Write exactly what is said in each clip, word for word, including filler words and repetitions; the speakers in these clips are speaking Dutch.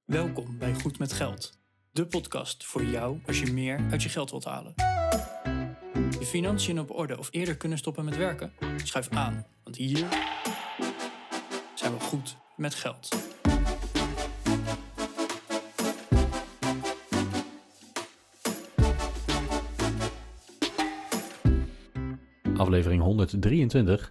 Welkom bij Goed met Geld, de podcast voor jou als je meer uit je geld wilt halen. Je financiën op orde of eerder kunnen stoppen met werken? Schuif aan, want hier zijn we goed met geld. Aflevering honderddrieëntwintig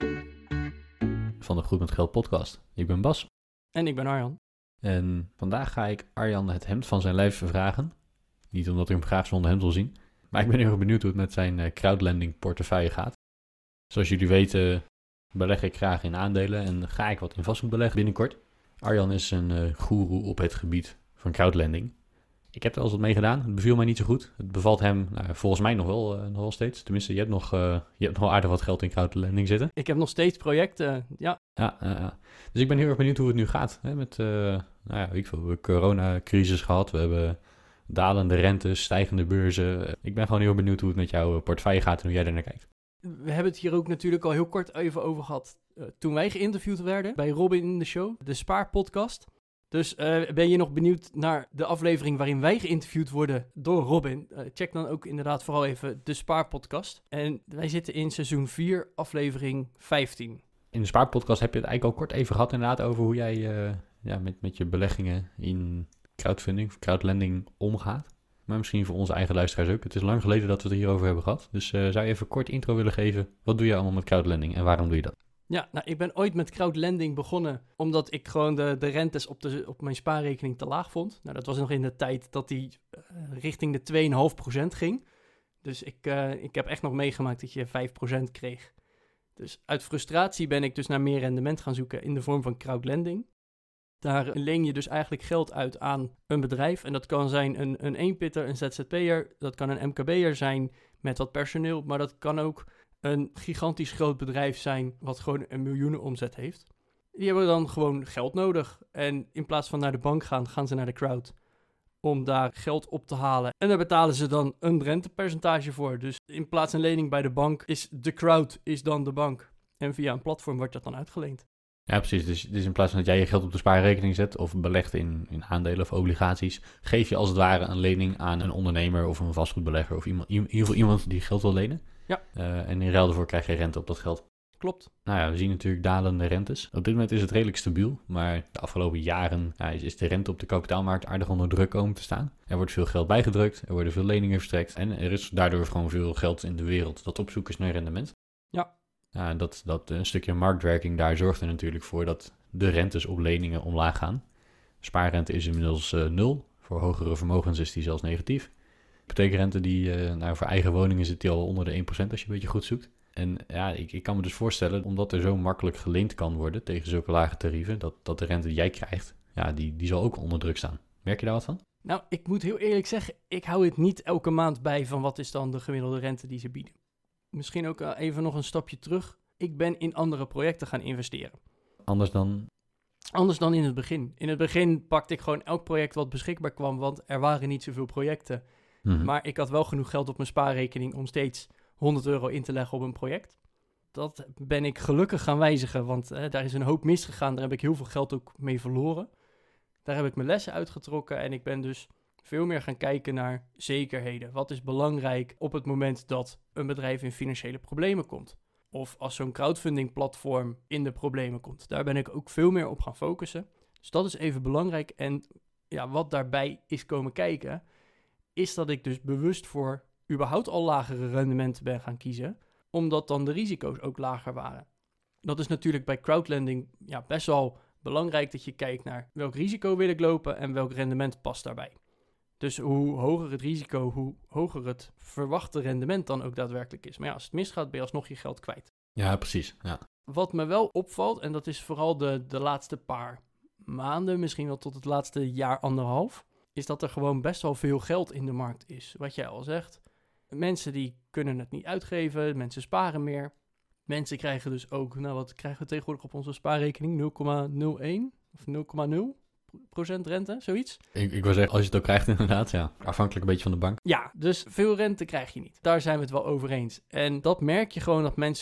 van de Goed met Geld podcast. Ik ben Bas. En ik ben Arjan. En vandaag ga ik Arjan het hemd van zijn lijf vragen. Niet omdat ik hem graag zonder hemd wil zien. Maar ik ben heel erg benieuwd hoe het met zijn uh, crowdlending portefeuille gaat. Zoals jullie weten beleg ik graag in aandelen en ga ik wat in vastgoed beleggen binnenkort. Arjan is een uh, goeroe op het gebied van crowdlending. Ik heb er al eens wat mee gedaan. Het beviel mij niet zo goed. Het bevalt hem nou, volgens mij nog wel, uh, nog wel steeds. Tenminste, je hebt, nog, uh, je hebt nog aardig wat geld in crowdlending zitten. Ik heb nog steeds projecten, ja. Ja, uh, uh. Dus ik ben heel erg benieuwd hoe het nu gaat. Hè, met, uh, nou ja, weet ik veel, we hebben coronacrisis gehad. We hebben dalende rentes, stijgende beurzen. Ik ben gewoon heel benieuwd hoe het met jouw portefeuille gaat en hoe jij er naar kijkt. We hebben het hier ook natuurlijk al heel kort even over gehad. Uh, toen wij geïnterviewd werden bij Robin in de show, de Spaarpodcast. Dus uh, ben je nog benieuwd naar de aflevering waarin wij geïnterviewd worden door Robin? Uh, check dan ook inderdaad vooral even de Spaarpodcast. En wij zitten in seizoen vier, aflevering vijftien. In de Spaarpodcast heb je het eigenlijk al kort even gehad inderdaad over hoe jij uh, ja, met, met je beleggingen in crowdfunding of crowdlending omgaat. Maar misschien voor onze eigen luisteraars ook. Het is lang geleden dat we het hierover hebben gehad. Dus uh, zou je even kort intro willen geven? Wat doe je allemaal met crowdlending en waarom doe je dat? Ja, nou, ik ben ooit met crowdlending begonnen omdat ik gewoon de, de rentes op, de, op mijn spaarrekening te laag vond. Nou, dat was nog in de tijd dat die uh, richting de twee komma vijf procent ging. Dus ik, uh, ik heb echt nog meegemaakt dat je vijf procent kreeg. Dus uit frustratie ben ik dus naar meer rendement gaan zoeken in de vorm van crowdlending. Daar leen je dus eigenlijk geld uit aan een bedrijf. En dat kan zijn een, een eenpitter, een Z Z P'er, dat kan een M K B'er zijn met wat personeel, maar dat kan ook een gigantisch groot bedrijf zijn wat gewoon een miljoenen omzet heeft. Die hebben dan gewoon geld nodig. En in plaats van naar de bank gaan, gaan ze naar de crowd om daar geld op te halen. En daar betalen ze dan een rentepercentage voor. Dus in plaats van een lening bij de bank is de crowd is dan de bank. En via een platform wordt dat dan uitgeleend. Ja, precies. Dus, dus in plaats van dat jij je geld op de spaarrekening zet of belegt in, in aandelen of obligaties, geef je als het ware een lening aan een ondernemer of een vastgoedbelegger of iemand, in ieder geval iemand die geld wil lenen. Ja. Uh, en in ruil daarvoor krijg je rente op dat geld. Klopt. Nou ja, we zien natuurlijk dalende rentes. Op dit moment is het redelijk stabiel, maar de afgelopen jaren ja, is, is de rente op de kapitaalmarkt aardig onder druk komen te staan. Er wordt veel geld bijgedrukt, er worden veel leningen verstrekt en er is daardoor gewoon veel geld in de wereld dat op zoek is naar rendement. Ja. Ja, dat, dat een stukje marktwerking daar zorgt er natuurlijk voor dat de rentes op leningen omlaag gaan. Spaarrente is inmiddels uh, nul. Voor hogere vermogens is die zelfs negatief. Hypotheekrente die, uh, nou, voor eigen woningen zit die al onder de één procent als je een beetje goed zoekt. En ja, ik, ik kan me dus voorstellen, omdat er zo makkelijk geleend kan worden tegen zulke lage tarieven, dat, dat de rente die jij krijgt, ja, die, die zal ook onder druk staan. Merk je daar wat van? Nou, ik moet heel eerlijk zeggen, ik hou het niet elke maand bij van wat is dan de gemiddelde rente die ze bieden. Misschien ook even nog een stapje terug. Ik ben in andere projecten gaan investeren. Anders dan? Anders dan in het begin. In het begin pakte ik gewoon elk project wat beschikbaar kwam, want er waren niet zoveel projecten. Mm-hmm. Maar ik had wel genoeg geld op mijn spaarrekening om steeds honderd euro in te leggen op een project. Dat ben ik gelukkig gaan wijzigen, want eh, daar is een hoop misgegaan. Daar heb ik heel veel geld ook mee verloren. Daar heb ik mijn lessen uitgetrokken en ik ben dus veel meer gaan kijken naar zekerheden. Wat is belangrijk op het moment dat een bedrijf in financiële problemen komt? Of als zo'n crowdfunding platform in de problemen komt. Daar ben ik ook veel meer op gaan focussen. Dus dat is even belangrijk. En ja, wat daarbij is komen kijken, is dat ik dus bewust voor überhaupt al lagere rendementen ben gaan kiezen, omdat dan de risico's ook lager waren. Dat is natuurlijk bij crowdlending ja, best wel belangrijk dat je kijkt naar welk risico wil ik lopen en welk rendement past daarbij. Dus hoe hoger het risico, hoe hoger het verwachte rendement dan ook daadwerkelijk is. Maar ja, als het misgaat, ben je alsnog je geld kwijt. Ja, precies. Ja. Wat me wel opvalt, en dat is vooral de, de laatste paar maanden, misschien wel tot het laatste jaar, anderhalf, is dat er gewoon best wel veel geld in de markt is. Wat jij al zegt, mensen die kunnen het niet uitgeven, mensen sparen meer. Mensen krijgen dus ook, nou wat krijgen we tegenwoordig op onze spaarrekening? nul komma nul één of nul komma nul procent rente, zoiets. Ik, ik wil zeggen, als je het ook krijgt inderdaad, ja. Afhankelijk een beetje van de bank. Ja, dus veel rente krijg je niet. Daar zijn we het wel over eens. En dat merk je gewoon dat mensen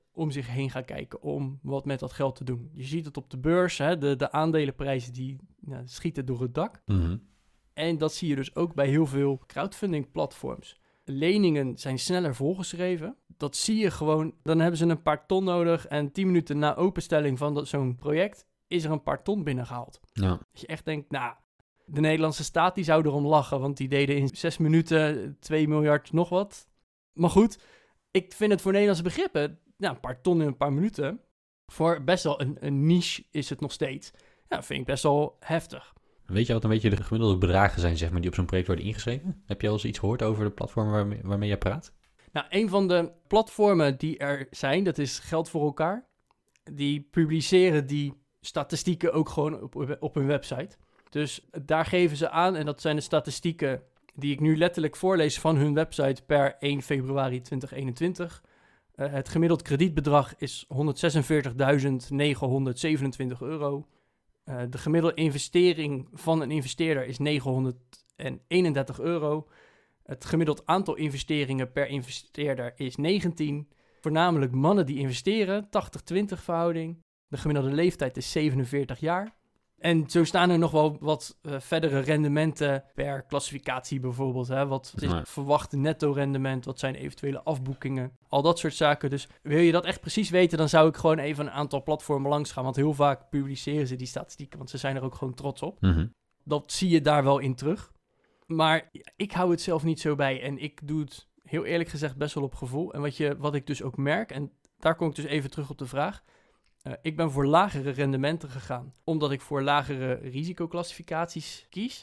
om zich heen gaan kijken om wat met dat geld te doen. Je ziet het op de beurs, hè, de, de aandelenprijzen die nou, schieten door het dak. Mm-hmm. En dat zie je dus ook bij heel veel crowdfunding platforms. Leningen zijn sneller volgeschreven. Dat zie je gewoon. Dan hebben ze een paar ton nodig en tien minuten na openstelling van dat, zo'n project is er een paar ton binnengehaald. Ja. Dat je echt denkt, nou, de Nederlandse staat die zou erom lachen, want die deden in zes minuten twee miljard nog wat. Maar goed, ik vind het voor Nederlandse begrippen, nou, een paar ton in een paar minuten, voor best wel een, een niche is het nog steeds. Ja, vind ik best wel heftig. Weet je wat een beetje de gemiddelde bedragen zijn, zeg maar, die op zo'n project worden ingeschreven? Heb je al eens iets gehoord over de platformen waarmee, waarmee jij praat? Nou, een van de platformen die er zijn, dat is Geld voor Elkaar. Die publiceren die statistieken ook gewoon op, op hun website. Dus daar geven ze aan, en dat zijn de statistieken die ik nu letterlijk voorlees van hun website per één februari tweeduizend eenentwintig. Uh, het gemiddeld kredietbedrag is honderdzesenveertigduizend negenhonderdzevenentwintig euro. Uh, de gemiddelde investering van een investeerder is negenhonderdeenendertig euro. Het gemiddeld aantal investeringen per investeerder is negentien. Voornamelijk mannen die investeren, tachtig twintig verhouding. De gemiddelde leeftijd is zevenenveertig jaar. En zo staan er nog wel wat uh, verdere rendementen per klassificatie bijvoorbeeld. Hè? Wat is het verwachte netto rendement? Wat zijn eventuele afboekingen? Al dat soort zaken. Dus wil je dat echt precies weten, dan zou ik gewoon even een aantal platformen langs gaan. Want heel vaak publiceren ze die statistieken, want ze zijn er ook gewoon trots op. Mm-hmm. Dat zie je daar wel in terug. Maar ik hou het zelf niet zo bij. En ik doe het heel eerlijk gezegd best wel op gevoel. En wat, je, wat ik dus ook merk, en daar kom ik dus even terug op de vraag. Uh, ik ben voor lagere rendementen gegaan, omdat ik voor lagere risicoclassificaties kies.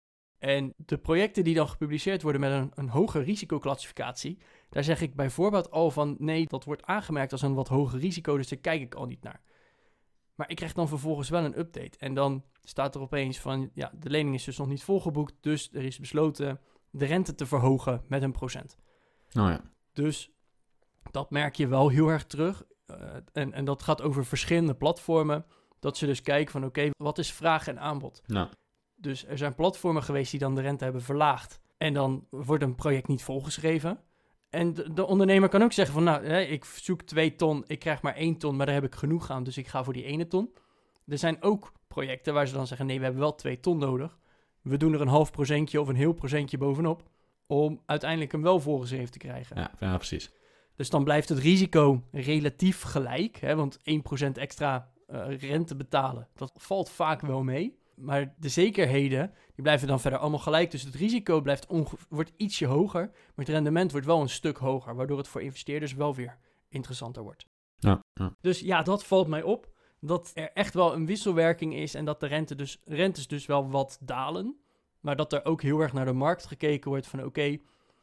En de projecten die dan gepubliceerd worden met een, een hoge risicoclassificatie, daar zeg ik bijvoorbeeld al van, nee, dat wordt aangemerkt als een wat hoger risico, dus daar kijk ik al niet naar. Maar ik krijg dan vervolgens wel een update. En dan staat er opeens van, ja, de lening is dus nog niet volgeboekt, dus er is besloten de rente te verhogen met een procent. Oh ja. Dus dat merk je wel heel erg terug. Uh, en, en dat gaat over verschillende platformen. Dat ze dus kijken van oké, okay, wat is vraag en aanbod? Nou. Dus er zijn platformen geweest die dan de rente hebben verlaagd. En dan wordt een project niet volgeschreven. En de, de ondernemer kan ook zeggen van nou, hè, ik zoek twee ton, ik krijg maar één ton, maar daar heb ik genoeg aan, dus ik ga voor die ene ton. Er zijn ook projecten waar ze dan zeggen nee, we hebben wel twee ton nodig. We doen er een half procentje of een heel procentje bovenop, om uiteindelijk hem wel volgeschreven te krijgen. Ja, ja, precies. Dus dan blijft het risico relatief gelijk, hè, want één procent extra uh, rente betalen, dat valt vaak wel mee. Maar de zekerheden, die blijven dan verder allemaal gelijk. Dus het risico blijft onge- wordt ietsje hoger, maar het rendement wordt wel een stuk hoger, waardoor het voor investeerders wel weer interessanter wordt. Ja, ja. Dus ja, dat valt mij op, dat er echt wel een wisselwerking is en dat de rente dus, rentes dus wel wat dalen, maar dat er ook heel erg naar de markt gekeken wordt van oké, okay,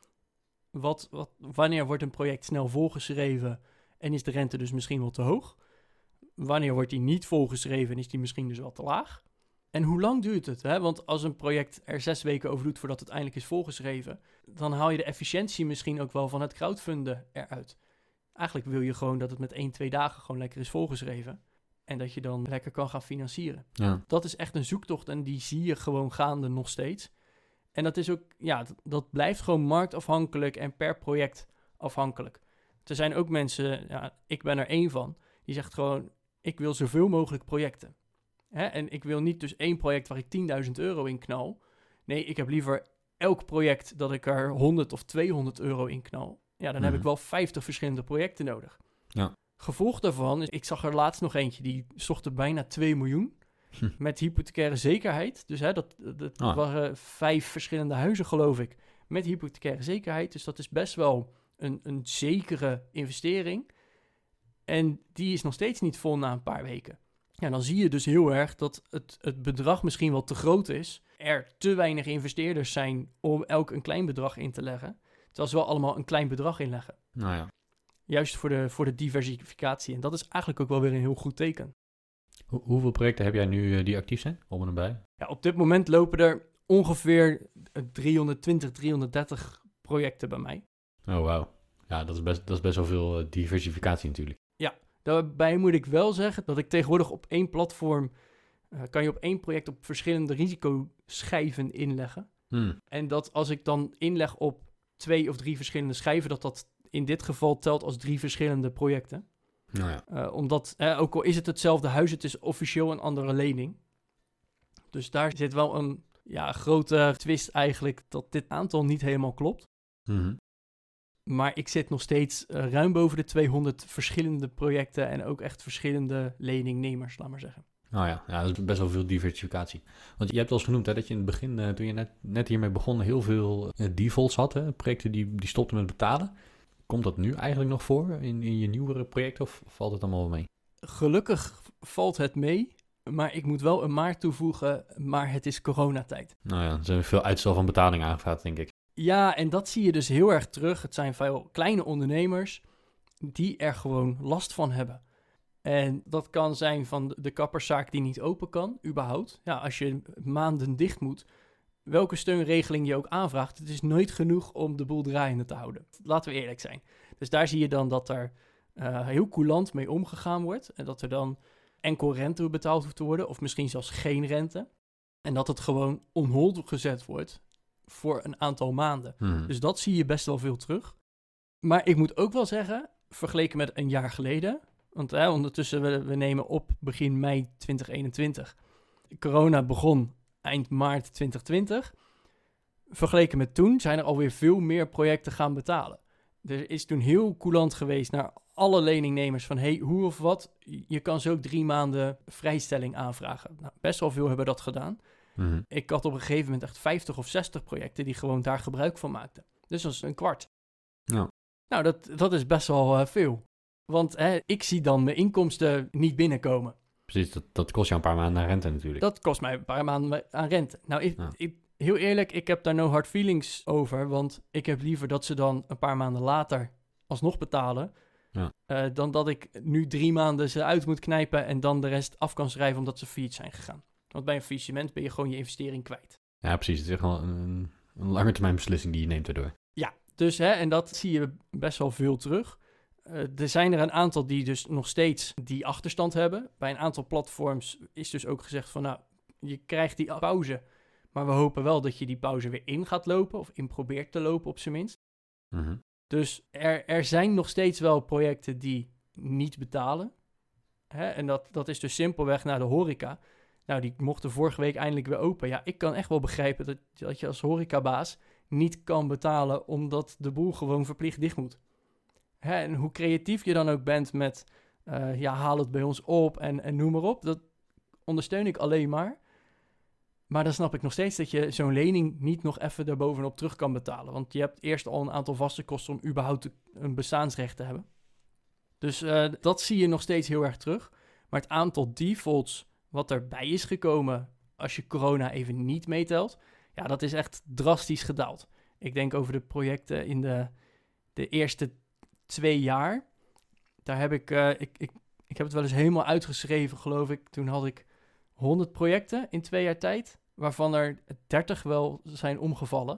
Wat, wat, wanneer wordt een project snel volgeschreven en is de rente dus misschien wel te hoog? Wanneer wordt die niet volgeschreven en is die misschien dus wel te laag? En hoe lang duurt het? Hè? Want als een project er zes weken over doet voordat het eindelijk is volgeschreven, dan haal je de efficiëntie misschien ook wel van het crowdfunden eruit. Eigenlijk wil je gewoon dat het met één, twee dagen gewoon lekker is volgeschreven en dat je dan lekker kan gaan financieren. Ja. Dat is echt een zoektocht en die zie je gewoon gaande nog steeds. En dat is ook, ja, dat, dat blijft gewoon marktafhankelijk en per project afhankelijk. Er zijn ook mensen, ja, ik ben er één van, die zegt gewoon, ik wil zoveel mogelijk projecten. Hè? En ik wil niet dus één project waar ik tienduizend euro in knal. Nee, ik heb liever elk project dat ik er honderd of tweehonderd euro in knal. Ja, dan mm-hmm. heb ik wel vijftig verschillende projecten nodig. Ja. Gevolg daarvan is, ik zag er laatst nog eentje, die zocht er bijna twee miljoen. Hm. Met hypothecaire zekerheid. Dus hè, dat, dat ah. waren vijf verschillende huizen, geloof ik. Met hypothecaire zekerheid. Dus dat is best wel een, een zekere investering. En die is nog steeds niet vol na een paar weken. Ja, dan zie je dus heel erg dat het, het bedrag misschien wel te groot is. Er te weinig investeerders zijn om elk een klein bedrag in te leggen. Terwijl ze wel allemaal een klein bedrag inleggen. Nou ja. Juist voor de, voor de diversificatie. En dat is eigenlijk ook wel weer een heel goed teken. Ho- hoeveel projecten heb jij nu uh, die actief zijn, om en nabij? Ja, op dit moment lopen er ongeveer driehonderdtwintig, driehonderddertig projecten bij mij. Oh, wauw. Ja, dat is best, dat is best wel veel uh, diversificatie natuurlijk. Ja, daarbij moet ik wel zeggen dat ik tegenwoordig op één platform... Uh, kan je op één project op verschillende risicoschijven inleggen. Hmm. En dat als ik dan inleg op twee of drie verschillende schijven... dat dat in dit geval telt als drie verschillende projecten. Nou ja. Uh, omdat, uh, ook al is het hetzelfde huis, het is officieel een andere lening. Dus daar zit wel een ja, grote twist eigenlijk dat dit aantal niet helemaal klopt. Mm-hmm. Maar ik zit nog steeds uh, ruim boven de tweehonderd verschillende projecten en ook echt verschillende leningnemers, laat maar zeggen. Nou ja, ja, dat is best wel veel diversificatie. Want je hebt al eens genoemd hè, dat je in het begin, uh, toen je net, net hiermee begon, heel veel uh, defaults had. Hè? Projecten die, die stopten met betalen. Komt dat nu eigenlijk nog voor in, in je nieuwere projecten of valt het allemaal wel mee? Gelukkig valt het mee, maar ik moet wel een maar toevoegen, maar het is coronatijd. Nou ja, er zijn veel uitstel van betaling aangevraagd, denk ik. Ja, en dat zie je dus heel erg terug. Het zijn veel kleine ondernemers die er gewoon last van hebben. En dat kan zijn van de kapperszaak die niet open kan, überhaupt. Ja, als je maanden dicht moet, welke steunregeling je ook aanvraagt, het is nooit genoeg om de boel draaiende te houden. Laten we eerlijk zijn. Dus daar zie je dan dat er uh, heel coulant mee omgegaan wordt. En dat er dan enkel rente betaald hoeft te worden, of misschien zelfs geen rente. En dat het gewoon on hold gezet wordt voor een aantal maanden. Hmm. Dus dat zie je best wel veel terug. Maar ik moet ook wel zeggen, vergeleken met een jaar geleden, want hè, ondertussen, we, we nemen op begin mei twintig eenentwintig. Corona begon eind maart twintig twintig. Vergeleken met toen zijn er alweer veel meer projecten gaan betalen. Er is toen heel coulant geweest naar alle leningnemers van hey, hoe of wat, je kan zo ook drie maanden vrijstelling aanvragen. Nou, best wel veel hebben dat gedaan. Mm-hmm. Ik had op een gegeven moment echt vijftig of zestig projecten die gewoon daar gebruik van maakten. Dus dat is een kwart. Ja. Nou, dat, dat is best wel uh, veel. Want hè, ik zie dan mijn inkomsten niet binnenkomen. Precies, dat, dat kost jou een paar maanden aan rente natuurlijk. Dat kost mij een paar maanden aan rente. Nou, ik, Ja. ik, heel eerlijk, ik heb daar no hard feelings over. Want ik heb liever dat ze dan een paar maanden later alsnog betalen. Ja. Uh, dan dat ik nu drie maanden ze uit moet knijpen en dan de rest af kan schrijven omdat ze failliet zijn gegaan. Want bij een faillissement ben je gewoon je investering kwijt. Ja, precies. Het is echt wel een, een lange termijn beslissing die je neemt daardoor. Ja, dus hè, en dat zie je best wel veel terug. Uh, er zijn er een aantal die dus nog steeds die achterstand hebben. Bij een aantal platforms is dus ook gezegd van nou, je krijgt die pauze. Maar we hopen wel dat je die pauze weer in gaat lopen of in probeert te lopen op zijn minst. Mm-hmm. Dus er, er zijn nog steeds wel projecten die niet betalen. Hè? En dat, dat is dus simpelweg naar de horeca. Nou, die mochten vorige week eindelijk weer open. Ja, ik kan echt wel begrijpen dat, dat je als horecabaas niet kan betalen omdat de boel gewoon verplicht dicht moet. Hè? En hoe creatief je dan ook bent met, uh, ja, haal het bij ons op en, en noem maar op. Dat ondersteun ik alleen maar. Maar dan snap ik nog steeds dat je zo'n lening niet nog even daarbovenop terug kan betalen. Want je hebt eerst al een aantal vaste kosten om überhaupt een bestaansrecht te hebben. Dus uh, dat zie je nog steeds heel erg terug. Maar het aantal defaults wat erbij is gekomen als je corona even niet meetelt, ja, dat is echt drastisch gedaald. Ik denk over de projecten in de, de eerste twee jaar. Daar heb ik, uh, ik, ik, ik heb het wel eens helemaal uitgeschreven, geloof ik. Toen had ik honderd projecten in twee jaar tijd, waarvan er dertig wel zijn omgevallen.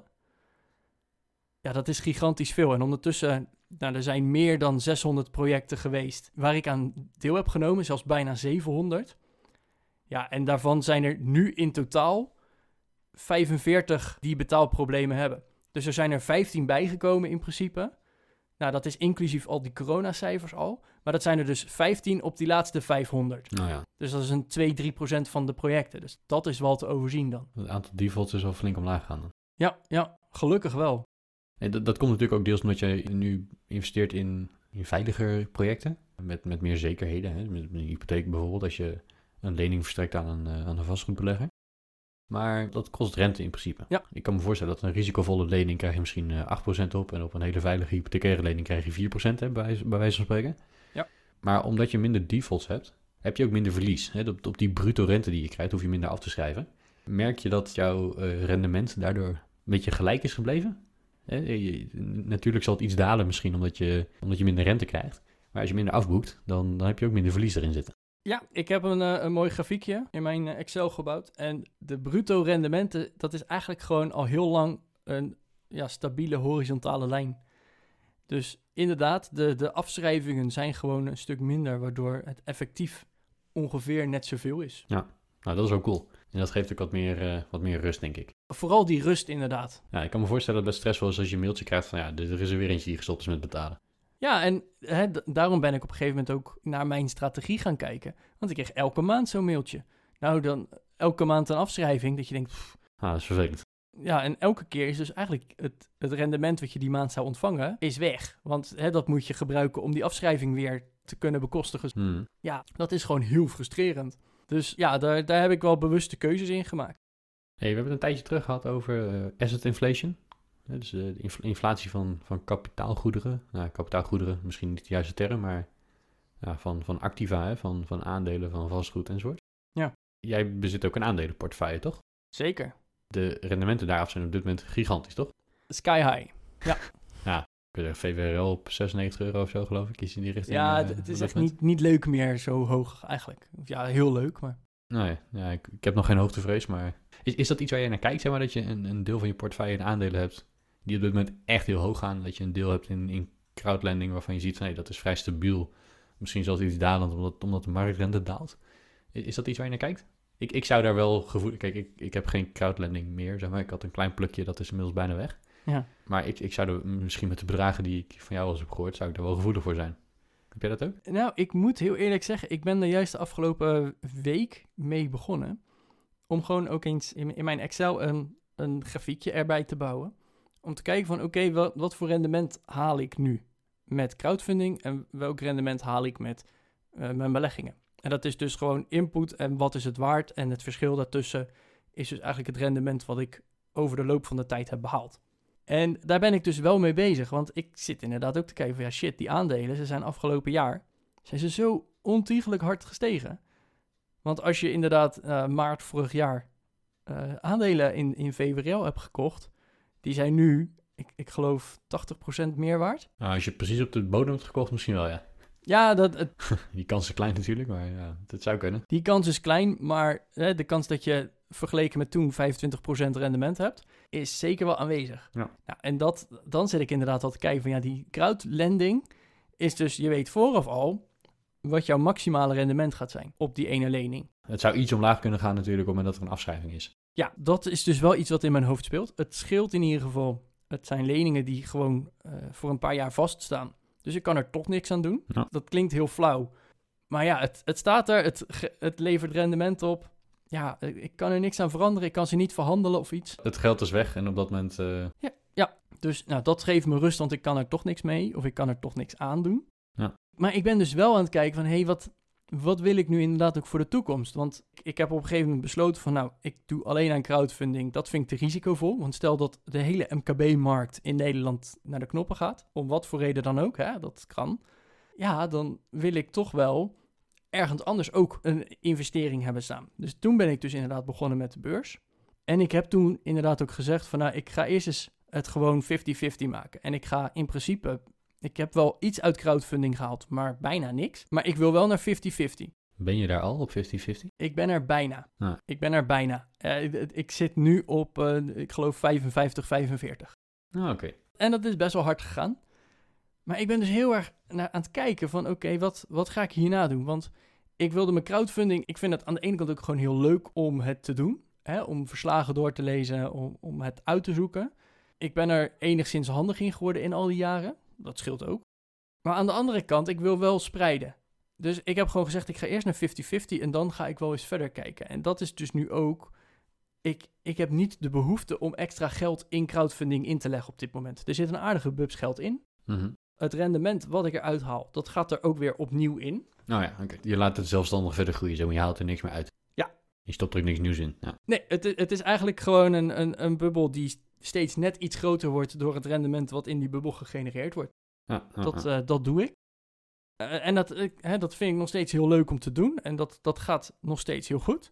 Ja, dat is gigantisch veel. En ondertussen, nou, er zijn meer dan zeshonderd projecten geweest waar ik aan deel heb genomen, zelfs bijna zevenhonderd. Ja, en daarvan zijn er nu in totaal vijfenveertig die betaalproblemen hebben. Dus er zijn er vijftien bijgekomen in principe. Nou, dat is inclusief al die coronacijfers al. Maar dat zijn er dus vijftien op die laatste vijfhonderd. Nou ja. Dus dat is een twee tot drie procent van de projecten. Dus dat is wel te overzien dan. Het aantal defaults is wel flink omlaag gegaan dan. Ja, ja, gelukkig wel. En dat, dat komt natuurlijk ook deels omdat je nu investeert in, in veiliger projecten. Met, met meer zekerheden. Hè? Met een hypotheek bijvoorbeeld, als je een lening verstrekt aan een, aan een vastgoedbelegger. Maar dat kost rente in principe. Ja. Ik kan me voorstellen dat een risicovolle lening krijg je misschien uh, acht procent op. En op een hele veilige hypothecaire lening krijg je vier procent, hè, bij, bij wijze van spreken. Ja. Maar omdat je minder defaults hebt, heb je ook minder verlies. Hè? Op, op die bruto rente die je krijgt, hoef je minder af te schrijven. Merk je dat jouw uh, rendement daardoor een beetje gelijk is gebleven? Hè? Je, natuurlijk zal het iets dalen misschien omdat je, omdat je minder rente krijgt. Maar als je minder afboekt, dan, dan heb je ook minder verlies erin zitten. Ja, ik heb een, uh, een mooi grafiekje in mijn uh, Excel gebouwd. En de bruto rendementen, dat is eigenlijk gewoon al heel lang een ja, stabiele horizontale lijn. Dus inderdaad, de, de afschrijvingen zijn gewoon een stuk minder, waardoor het effectief ongeveer net zoveel is. Ja, nou dat is ook cool. En dat geeft ook wat meer, uh, wat meer rust, denk ik. Vooral die rust inderdaad. Ja, ik kan me voorstellen dat het best stressvol is als je een mailtje krijgt van ja, er is er weer eentje die gestopt is met betalen. Ja, en hè, d- daarom ben ik op een gegeven moment ook naar mijn strategie gaan kijken. Want ik kreeg elke maand zo'n mailtje. Nou, dan elke maand een afschrijving dat je denkt... Pff, Ah, dat is vervelend. ja, en elke keer is dus eigenlijk het, het rendement wat je die maand zou ontvangen, is weg. Want hè, dat moet je gebruiken om die afschrijving weer te kunnen bekostigen. Hmm. Ja, dat is gewoon heel frustrerend. Dus ja, daar, daar heb ik wel bewuste keuzes in gemaakt. Hey, we hebben het een tijdje terug gehad over uh, asset inflation. Ja, dus uh, de infl- inflatie van, van kapitaalgoederen. Nou, kapitaalgoederen, misschien niet de juiste term, maar ja, van, van activa, hè, van, van aandelen, van vastgoed enzovoort. Ja. Jij bezit ook een aandelenportefeuille, toch? Zeker. De rendementen daaraf zijn op dit moment gigantisch, toch? Sky high. Ja. Ja, V V R L op zesennegentig euro of zo, geloof ik. Is in die richting. Ja, uh, het, het is echt niet, niet leuk meer zo hoog eigenlijk. Of ja, heel leuk, maar... Nee, ja, ik, ik heb nog geen hoogtevrees, maar... Is, is dat iets waar je naar kijkt, zeg maar, dat je een, een deel van je portefeuille in aandelen hebt die op dit moment echt heel hoog gaan? Dat je een deel hebt in, in crowdlending waarvan je ziet van, nee, dat is vrij stabiel. Misschien zelfs iets dalend omdat, omdat de marktrente daalt. Is, is dat iets waar je naar kijkt? Ik, ik zou daar wel gevoel... Kijk, ik, ik heb geen crowdlending meer, zeg maar. Ik had een klein plukje, dat is inmiddels bijna weg. Ja. Maar ik, ik zou er misschien met de bedragen die ik van jou al eens heb gehoord, zou ik daar wel gevoelig voor zijn. Heb jij dat ook? Nou, ik moet heel eerlijk zeggen, ik ben er juist de afgelopen week mee begonnen. Om gewoon ook eens in, in mijn Excel een, een grafiekje erbij te bouwen. Om te kijken van, oké, okay, wat, wat voor rendement haal ik nu met crowdfunding en welk rendement haal ik met uh, mijn beleggingen. En dat is dus gewoon input en wat is het waard. En het verschil daartussen is dus eigenlijk het rendement wat ik over de loop van de tijd heb behaald. En daar ben ik dus wel mee bezig, want ik zit inderdaad ook te kijken van, ja shit, die aandelen, ze zijn afgelopen jaar, zijn ze zo ontiegelijk hard gestegen. Want als je inderdaad uh, maart vorig jaar uh, aandelen in, in V W R L hebt gekocht, die zijn nu, ik, ik geloof, tachtig procent meer waard. Nou, als je precies op de bodem hebt gekocht, misschien wel, ja. Ja, dat, het, die kans is klein natuurlijk, maar ja, dat zou kunnen. Die kans is klein, maar hè, de kans dat je vergeleken met toen vijfentwintig procent rendement hebt, is zeker wel aanwezig. Ja. Nou, en dat, dan zit ik inderdaad al te kijken van, ja, die crowdlending is dus, je weet vooraf al wat jouw maximale rendement gaat zijn op die ene lening. Het zou iets omlaag kunnen gaan natuurlijk op het moment dat er een afschrijving is. Ja, dat is dus wel iets wat in mijn hoofd speelt. Het scheelt in ieder geval. Het zijn leningen die gewoon uh, voor een paar jaar vaststaan. Dus ik kan er toch niks aan doen. Ja. Dat klinkt heel flauw. Maar ja, het, het staat er. Het, het levert rendement op. Ja, ik kan er niks aan veranderen. Ik kan ze niet verhandelen of iets. Het geld is weg en op dat moment... Uh... Ja, ja, dus nou, dat geeft me rust, want ik kan er toch niks mee. Of ik kan er toch niks aan doen. Ja. Maar ik ben dus wel aan het kijken van, hé, hey, wat, wat wil ik nu inderdaad ook voor de toekomst? Want ik heb op een gegeven moment besloten van, nou, ik doe alleen aan crowdfunding. Dat vind ik te risicovol. Want stel dat de hele M K B-markt in Nederland naar de knoppen gaat, om wat voor reden dan ook, hè, dat kan. Ja, dan wil ik toch wel ergens anders ook een investering hebben staan. Dus toen ben ik dus inderdaad begonnen met de beurs. En ik heb toen inderdaad ook gezegd van, nou, ik ga eerst eens het gewoon vijftig vijftig maken. En ik ga in principe, ik heb wel iets uit crowdfunding gehaald, maar bijna niks. Maar ik wil wel naar vijftig vijftig. Ben je daar al op vijftig vijftig? Ik ben er bijna. Ah. Ik ben er bijna. Uh, ik zit nu op, uh, ik geloof, vijfenvijftig vijfenveertig. Ah, oké. Okay. En dat is best wel hard gegaan. Maar ik ben dus heel erg naar, aan het kijken van, oké, okay, wat, wat ga ik hierna doen? Want ik wilde mijn crowdfunding, ik vind het aan de ene kant ook gewoon heel leuk om het te doen. Hè? Om verslagen door te lezen, om, om het uit te zoeken. Ik ben er enigszins handig in geworden in al die jaren. Dat scheelt ook. Maar aan de andere kant, ik wil wel spreiden. Dus ik heb gewoon gezegd, ik ga eerst naar vijftig vijftig en dan ga ik wel eens verder kijken. En dat is dus nu ook, ik, ik heb niet de behoefte om extra geld in crowdfunding in te leggen op dit moment. Er zit een aardige bubs geld in. Mm-hmm. Het rendement wat ik eruit haal, dat gaat er ook weer opnieuw in. Nou ja, oké. Okay. Je laat het zelfstandig verder groeien, zo, maar je haalt er niks meer uit. Ja. Je stopt er ook niks nieuws in. Ja. Nee, het, het is eigenlijk gewoon een, een, een bubbel die steeds net iets groter wordt door het rendement wat in die bubbel gegenereerd wordt. Ja, ja, dat, ja. Uh, dat doe ik. Uh, en dat, uh, hè, dat vind ik nog steeds heel leuk om te doen. En dat, dat gaat nog steeds heel goed.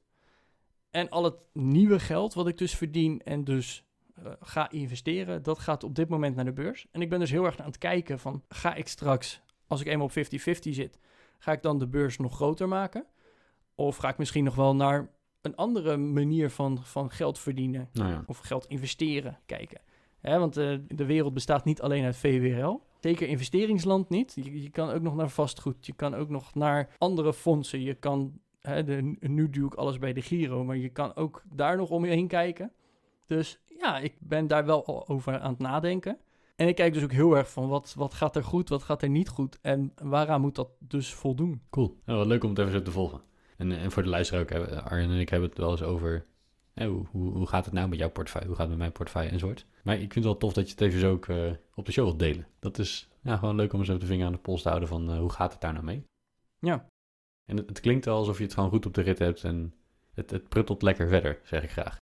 En al het nieuwe geld wat ik dus verdien en dus uh, ga investeren, dat gaat op dit moment naar de beurs. En ik ben dus heel erg aan het kijken van, ga ik straks, als ik eenmaal op vijftig vijftig zit, ga ik dan de beurs nog groter maken? Of ga ik misschien nog wel naar een andere manier van, van geld verdienen nou ja. of geld investeren kijken? Hè, want uh, de wereld bestaat niet alleen uit V W R L. Zeker investeringsland niet. Je, je kan ook nog naar vastgoed. Je kan ook nog naar andere fondsen. Je kan, hè, de, nu doe ik alles bij de Giro, maar je kan ook daar nog om je heen kijken. Dus ja, ik ben daar wel over aan het nadenken. En ik kijk dus ook heel erg van wat, wat gaat er goed, wat gaat er niet goed en waaraan moet dat dus voldoen. Cool. Nou, wat leuk om het even zo te volgen. En, en voor de luisteraar ook, Arjen en ik hebben het wel eens over hè, hoe, hoe, hoe gaat het nou met jouw portefeuille, hoe gaat het met mijn portefeuille enzovoort. Maar ik vind het wel tof dat je het even zo ook uh, op de show wilt delen. Dat is ja, gewoon leuk om eens even de vinger aan de pols te houden van uh, hoe gaat het daar nou mee. Ja. En het, het klinkt wel alsof je het gewoon goed op de rit hebt en het, het pruttelt lekker verder, zeg ik graag.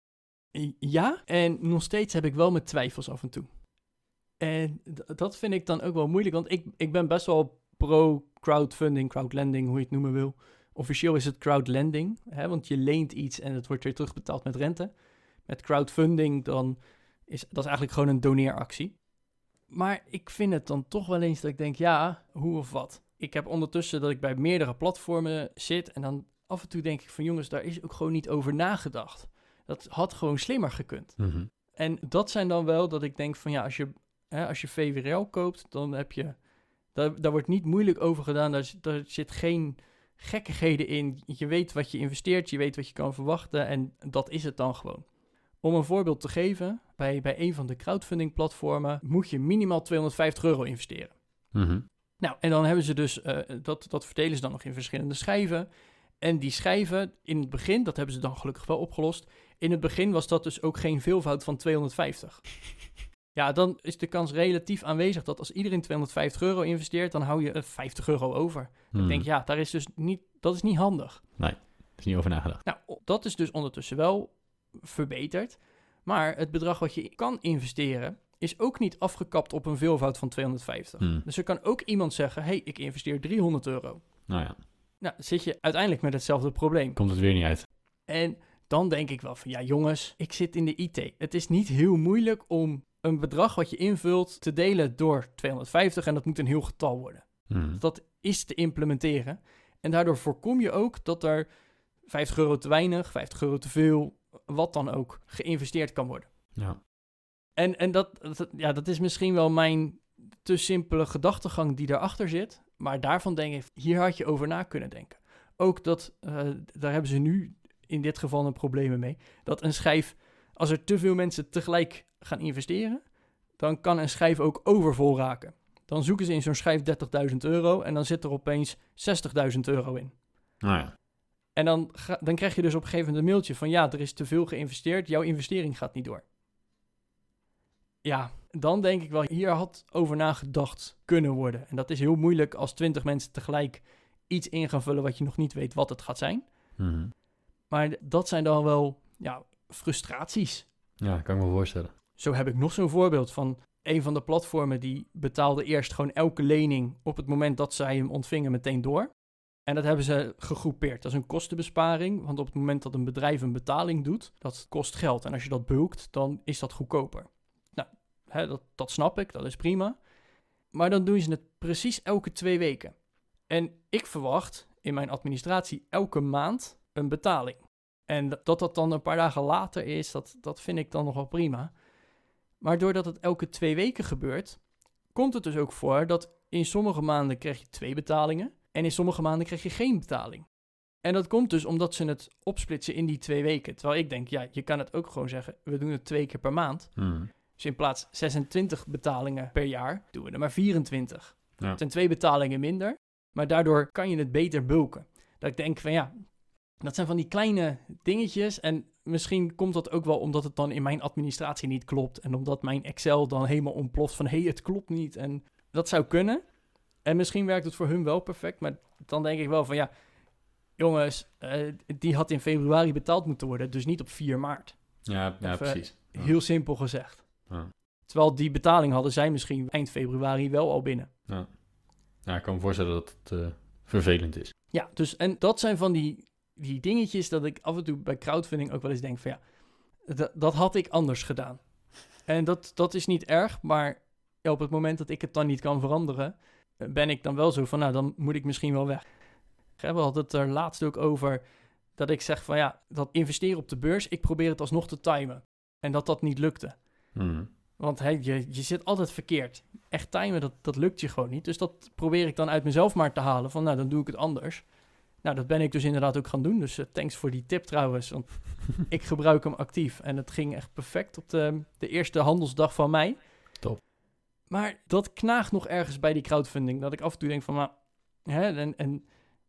Ja, en nog steeds heb ik wel mijn twijfels af en toe. En d- dat vind ik dan ook wel moeilijk, want ik, ik ben best wel pro-crowdfunding, crowdlending, hoe je het noemen wil. Officieel is het crowdlending, hè, want je leent iets en het wordt weer terugbetaald met rente. Met crowdfunding dan is dat is eigenlijk gewoon een doneeractie. Maar ik vind het dan toch wel eens dat ik denk, ja, hoe of wat. Ik heb ondertussen dat ik bij meerdere platformen zit en dan af en toe denk ik van jongens, daar is ook gewoon niet over nagedacht. Dat had gewoon slimmer gekund. Mm-hmm. En dat zijn dan wel dat ik denk van ja, als je, hè, als je V W R L koopt, dan heb je, daar, daar wordt niet moeilijk over gedaan. Daar, daar zit geen gekkigheden in. Je weet wat je investeert, je weet wat je kan verwachten en dat is het dan gewoon. Om een voorbeeld te geven, bij, bij een van de crowdfunding platformen moet je minimaal tweehonderdvijftig euro investeren. Mm-hmm. Nou, en dan hebben ze dus, uh, dat, dat verdelen ze dan nog in verschillende schijven. En die schijven in het begin, dat hebben ze dan gelukkig wel opgelost. In het begin was dat dus ook geen veelvoud van tweehonderdvijftig. Ja, dan is de kans relatief aanwezig dat als iedereen tweehonderdvijftig euro investeert, dan hou je uh, vijftig euro over. Hmm. Ik denk, ja, daar is dus niet, dat is niet handig. Nee, er is niet over nagedacht. Nou, dat is dus ondertussen wel verbeterd. Maar het bedrag wat je kan investeren is ook niet afgekapt op een veelvoud van tweehonderdvijftig. Hmm. Dus er kan ook iemand zeggen, hey, ik investeer driehonderd euro. Nou ja. Nou, dan zit je uiteindelijk met hetzelfde probleem. Komt het weer niet uit. En dan denk ik wel van, ja jongens, ik zit in de I T. Het is niet heel moeilijk om een bedrag wat je invult te delen door tweehonderdvijftig en dat moet een heel getal worden. Hmm. Dat is te implementeren. En daardoor voorkom je ook dat er vijftig euro te weinig, vijftig euro te veel, wat dan ook, geïnvesteerd kan worden. Ja. En, en dat, dat, ja, dat is misschien wel mijn te simpele gedachtegang die daarachter zit. Maar daarvan denk ik, hier had je over na kunnen denken. Ook dat, uh, daar hebben ze nu in dit geval een probleem mee. Dat een schijf, als er te veel mensen tegelijk gaan investeren, dan kan een schijf ook overvol raken. Dan zoeken ze in zo'n schijf dertigduizend euro en dan zit er opeens zestigduizend euro in. Nou ja. En dan, ga, dan krijg je dus op een gegeven moment een mailtje van ja, er is te veel geïnvesteerd, jouw investering gaat niet door. Ja, dan denk ik wel, hier had over nagedacht kunnen worden. En dat is heel moeilijk als twintig mensen tegelijk iets in gaan vullen wat je nog niet weet wat het gaat zijn. Mm-hmm. Maar dat zijn dan wel ja, frustraties. Ja, kan ik me voorstellen. Zo heb ik nog zo'n voorbeeld van een van de platformen die betaalde eerst gewoon elke lening op het moment dat zij hem ontvingen meteen door. En dat hebben ze gegroepeerd. Dat is een kostenbesparing, want op het moment dat een bedrijf een betaling doet, dat kost geld. En als je dat bulkt, dan is dat goedkoper. Nou, hè, dat, dat snap ik, dat is prima. Maar dan doen ze het precies elke twee weken. En ik verwacht in mijn administratie elke maand een betaling. En dat dat dan een paar dagen later is, dat, dat vind ik dan nog wel prima. Maar doordat het elke twee weken gebeurt, komt het dus ook voor dat in sommige maanden krijg je twee betalingen en in sommige maanden krijg je geen betaling. En dat komt dus omdat ze het opsplitsen in die twee weken. Terwijl ik denk, ja, je kan het ook gewoon zeggen, we doen het twee keer per maand. Hmm. Dus in plaats zesentwintig betalingen per jaar, doen we er maar vierentwintig. Ja. Het zijn twee betalingen minder, maar daardoor kan je het beter bulken. Dat ik denk van ja, dat zijn van die kleine dingetjes en misschien komt dat ook wel omdat het dan in mijn administratie niet klopt en omdat mijn Excel dan helemaal ontploft van hé, hey, het klopt niet en dat zou kunnen. En misschien werkt het voor hun wel perfect, maar dan denk ik wel van ja, jongens, uh, die had in februari betaald moeten worden, dus niet op vier maart. Ja, ja of, precies. Uh, heel simpel gezegd. Ja. Terwijl die betaling hadden zij misschien eind februari wel al binnen. Ja, ja ik kan me voorstellen dat het uh, vervelend is. Ja, dus en dat zijn van die, die dingetjes dat ik af en toe bij crowdfunding ook wel eens denk van ja, d- dat had ik anders gedaan. En dat, dat is niet erg, maar ja, op het moment dat ik het dan niet kan veranderen, ben ik dan wel zo van nou, dan moet ik misschien wel weg. We hadden het er laatst ook over dat ik zeg van ja, dat investeren op de beurs, ik probeer het alsnog te timen. En dat dat niet lukte. Hmm. Want hey, je, je zit altijd verkeerd. Echt timen, dat, dat lukt je gewoon niet. Dus dat probeer ik dan uit mezelf maar te halen. Van nou, dan doe ik het anders. Nou, dat ben ik dus inderdaad ook gaan doen. Dus uh, thanks voor die tip trouwens. Want ik gebruik hem actief. En het ging echt perfect op de, de eerste handelsdag van mei. Top. Maar dat knaagt nog ergens bij die crowdfunding. Dat ik af en toe denk van, nou, hè, en, en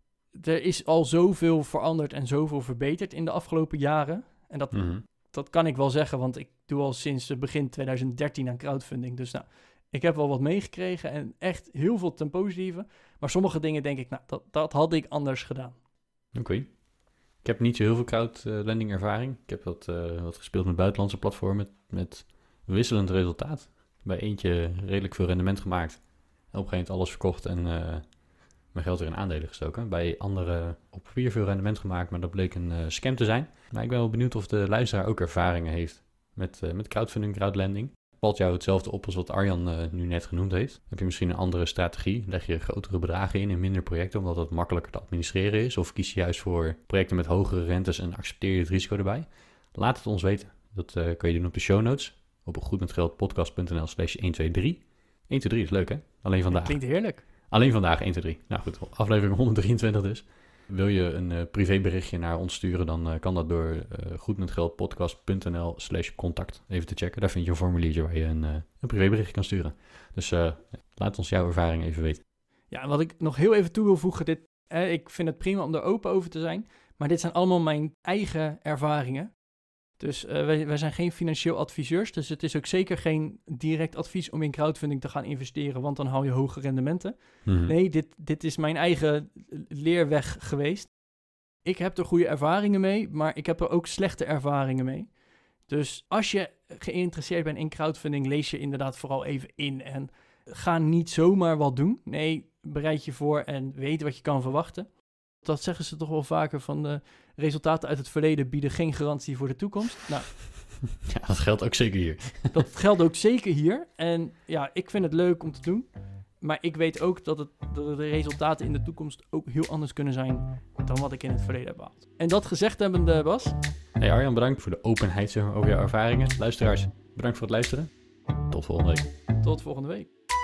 er is al zoveel veranderd en zoveel verbeterd in de afgelopen jaren. En dat, mm-hmm. dat kan ik wel zeggen, want ik doe al sinds begin twintig dertien aan crowdfunding. Dus nou, ik heb wel wat meegekregen en echt heel veel ten positieve. Maar sommige dingen denk ik, nou, dat, dat had ik anders gedaan. Oké. Okay. Ik heb niet zo heel veel crowdlending ervaring. Ik heb wat, uh, wat gespeeld met buitenlandse platformen met, met wisselend resultaat. Bij eentje redelijk veel rendement gemaakt. En op een gegeven moment alles verkocht en uh, mijn geld weer in aandelen gestoken. Bij andere op papier veel rendement gemaakt, maar dat bleek een uh, scam te zijn. Maar ik ben wel benieuwd of de luisteraar ook ervaringen heeft met, uh, met crowdfunding, crowdlending. Valt jou hetzelfde op als wat Arjan uh, nu net genoemd heeft? Heb je misschien een andere strategie? Leg je grotere bedragen in in minder projecten omdat het makkelijker te administreren is? Of kies je juist voor projecten met hogere rentes en accepteer je het risico erbij? Laat het ons weten. Dat uh, kun je doen op de show notes. Op goedmetgeldpodcast.nl slash honderddrieëntwintig. honderdrieëntwintig is leuk hè? Alleen vandaag. Dat klinkt heerlijk. Alleen vandaag honderdrieëntwintig. Nou goed, aflevering honderddrieëntwintig dus. Wil je een uh, privéberichtje naar ons sturen, dan uh, kan dat door uh, goedmetgeldpodcast.nl slash contact even te checken. Daar vind je een formuliertje waar je een, uh, een privéberichtje kan sturen. Dus uh, laat ons jouw ervaring even weten. Ja, en wat ik nog heel even toe wil voegen, dit, eh, ik vind het prima om er open over te zijn, maar dit zijn allemaal mijn eigen ervaringen. Dus uh, wij, wij zijn geen financieel adviseurs, dus het is ook zeker geen direct advies om in crowdfunding te gaan investeren, want dan haal je hoge rendementen. Mm-hmm. Nee, dit, dit is mijn eigen leerweg geweest. Ik heb er goede ervaringen mee, maar ik heb er ook slechte ervaringen mee. Dus als je geïnteresseerd bent in crowdfunding, lees je inderdaad vooral even in en ga niet zomaar wat doen. Nee, bereid je voor en weet wat je kan verwachten. Dat zeggen ze toch wel vaker van de resultaten uit het verleden bieden geen garantie voor de toekomst. Nou, ja, dat geldt ook zeker hier. Dat geldt ook zeker hier. En ja, ik vind het leuk om te doen. Maar ik weet ook dat, het, dat de resultaten in de toekomst ook heel anders kunnen zijn dan wat ik in het verleden heb behaald. En dat gezegd hebbende, Bas. Hey Arjan, bedankt voor de openheid zeg maar, over jouw ervaringen. Luisteraars, bedankt voor het luisteren. Tot volgende week. Tot volgende week.